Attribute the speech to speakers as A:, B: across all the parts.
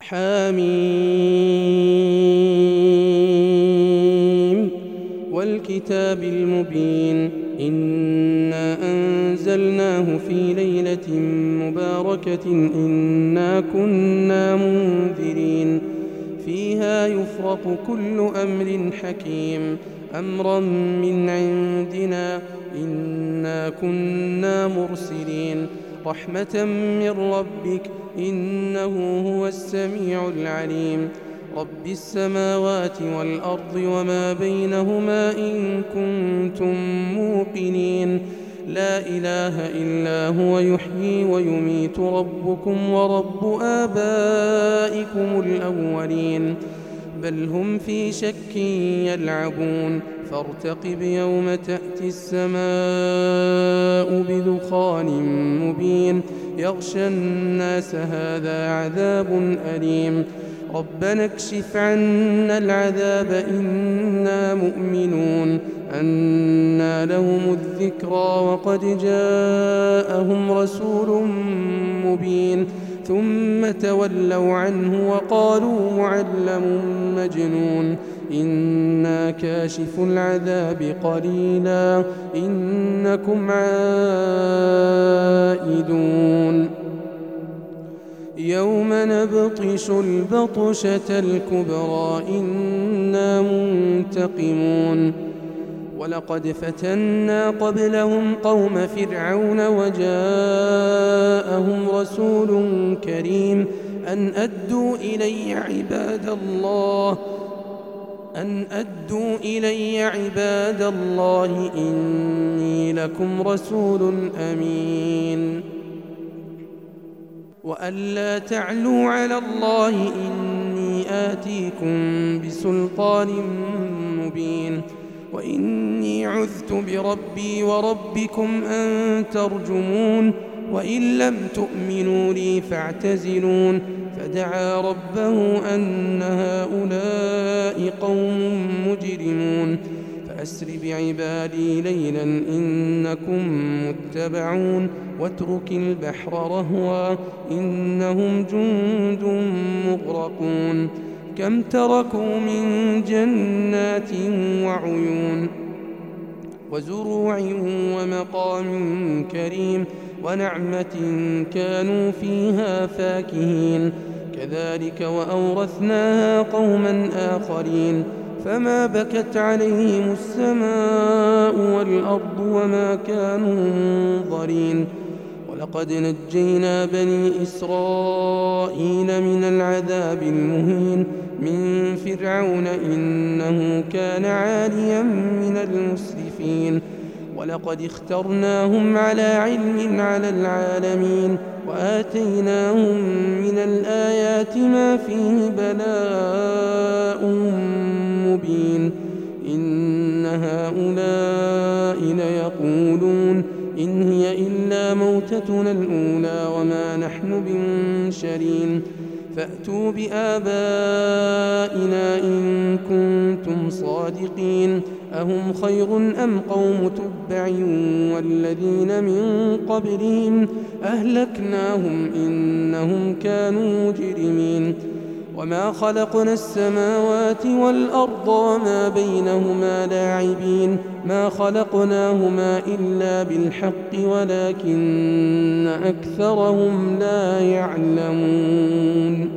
A: حميم والكتاب المبين إنا أنزلناه في ليلة مباركة إنا كنا منذرين فيها يفرق كل أمر حكيم أمرا من عندنا إنا كنا مرسلين رحمة من ربك إنه هو السميع العليم رب السماوات والأرض وما بينهما إن كنتم موقنين لا إله إلا هو يحيي ويميت ربكم ورب آبائكم الأولين بل هم في شك يلعبون فارتقب يوم تأتي السماء بدخان مبين يغشى الناس هذا عذاب أليم ربنا اكشف عنا العذاب إنا مؤمنون أنى لهم الذكرى وقد جاءهم رسول مبين ثم تولوا عنه وقالوا معلم مجنون إنا كاشف العذاب قليلا إنكم عائدون يوم نبطش البطشة الكبرى إنا منتقمون ولقد فتنا قبلهم قوم فرعون وجاءهم رسول كريم أن أدوا إلي عباد الله إني لكم رسول أمين وألا تعلوا على الله إني آتيكم بسلطان مبين وإني عذت بربي وربكم أن ترجمون وإن لم تؤمنوا لي فاعتزلون فدعا ربه أن هؤلاء قوم مجرمون فأسر بعبادي ليلا إنكم متبعون واترك البحر رهوا إنهم جند مغرقون كم تركوا من جنات وعيون وزروع ومقام كريم ونعمة كانوا فيها فاكهين كذلك وأورثناها قوما آخرين فما بكت عليهم السماء والأرض وما كانوا منظرين ولقد نجينا بني إسرائيل من العذاب المهين من فرعون إنه كان عاليا من المسرفين ولقد اخترناهم على علم على العالمين وآتيناهم من الآيات ما فيه بلاء مبين إن هؤلاء ليقولون إن هي إلا موتتنا الأولى وما نحن بمنشرين فأتوا بآبائنا إن كنتم صادقين أهم خير أم قوم تبع والذين من قبلهم أهلكناهم إنهم كانوا مجرمين وما خلقنا السماوات والأرض وما بينهما لاعبين ما خلقناهما إلا بالحق ولكن أكثرهم لا يعلمون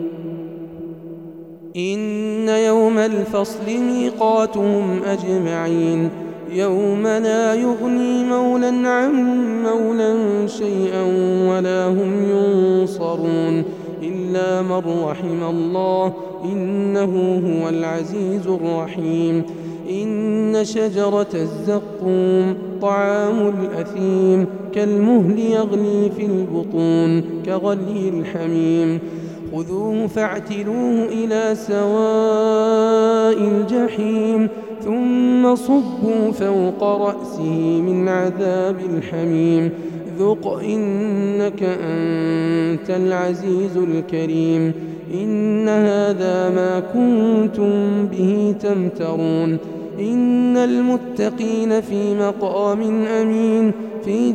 A: إن يوم الفصل ميقاتهم أجمعين يوم لا يغني مولى عن مولى شيئا ولا هم ينصرون إلا من رحم الله إنه هو العزيز الرحيم إن شجرة الزقوم طعام الأثيم كالمهل يغلي في البطون كغلي الحميم خذوه فاعتلوه إلى سواء الجحيم ثم صبوا فوق رأسه من عذاب الحميم ذق إنك أنت العزيز الكريم إن هذا ما كنتم به تمترون إن المتقين في مقام أمين في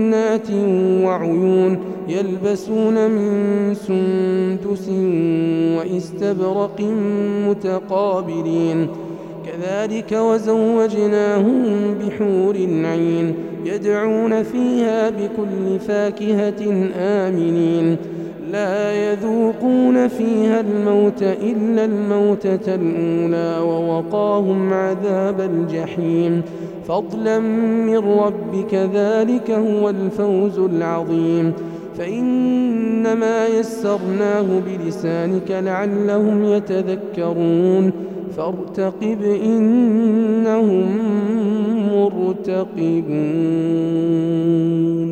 A: جنات وعيون يلبسون من سندس وإستبرق متقابلين كذلك وزوجناهم بحور عين يدعون فيها بكل فاكهة آمنين لا يذوقون فيها الموت إلا الموتة الأولى ووقاهم عذاب الجحيم فضلا من ربك ذلك هو الفوز العظيم فإنما يسرناه بلسانك لعلهم يتذكرون فارتقب إنهم مرتقبون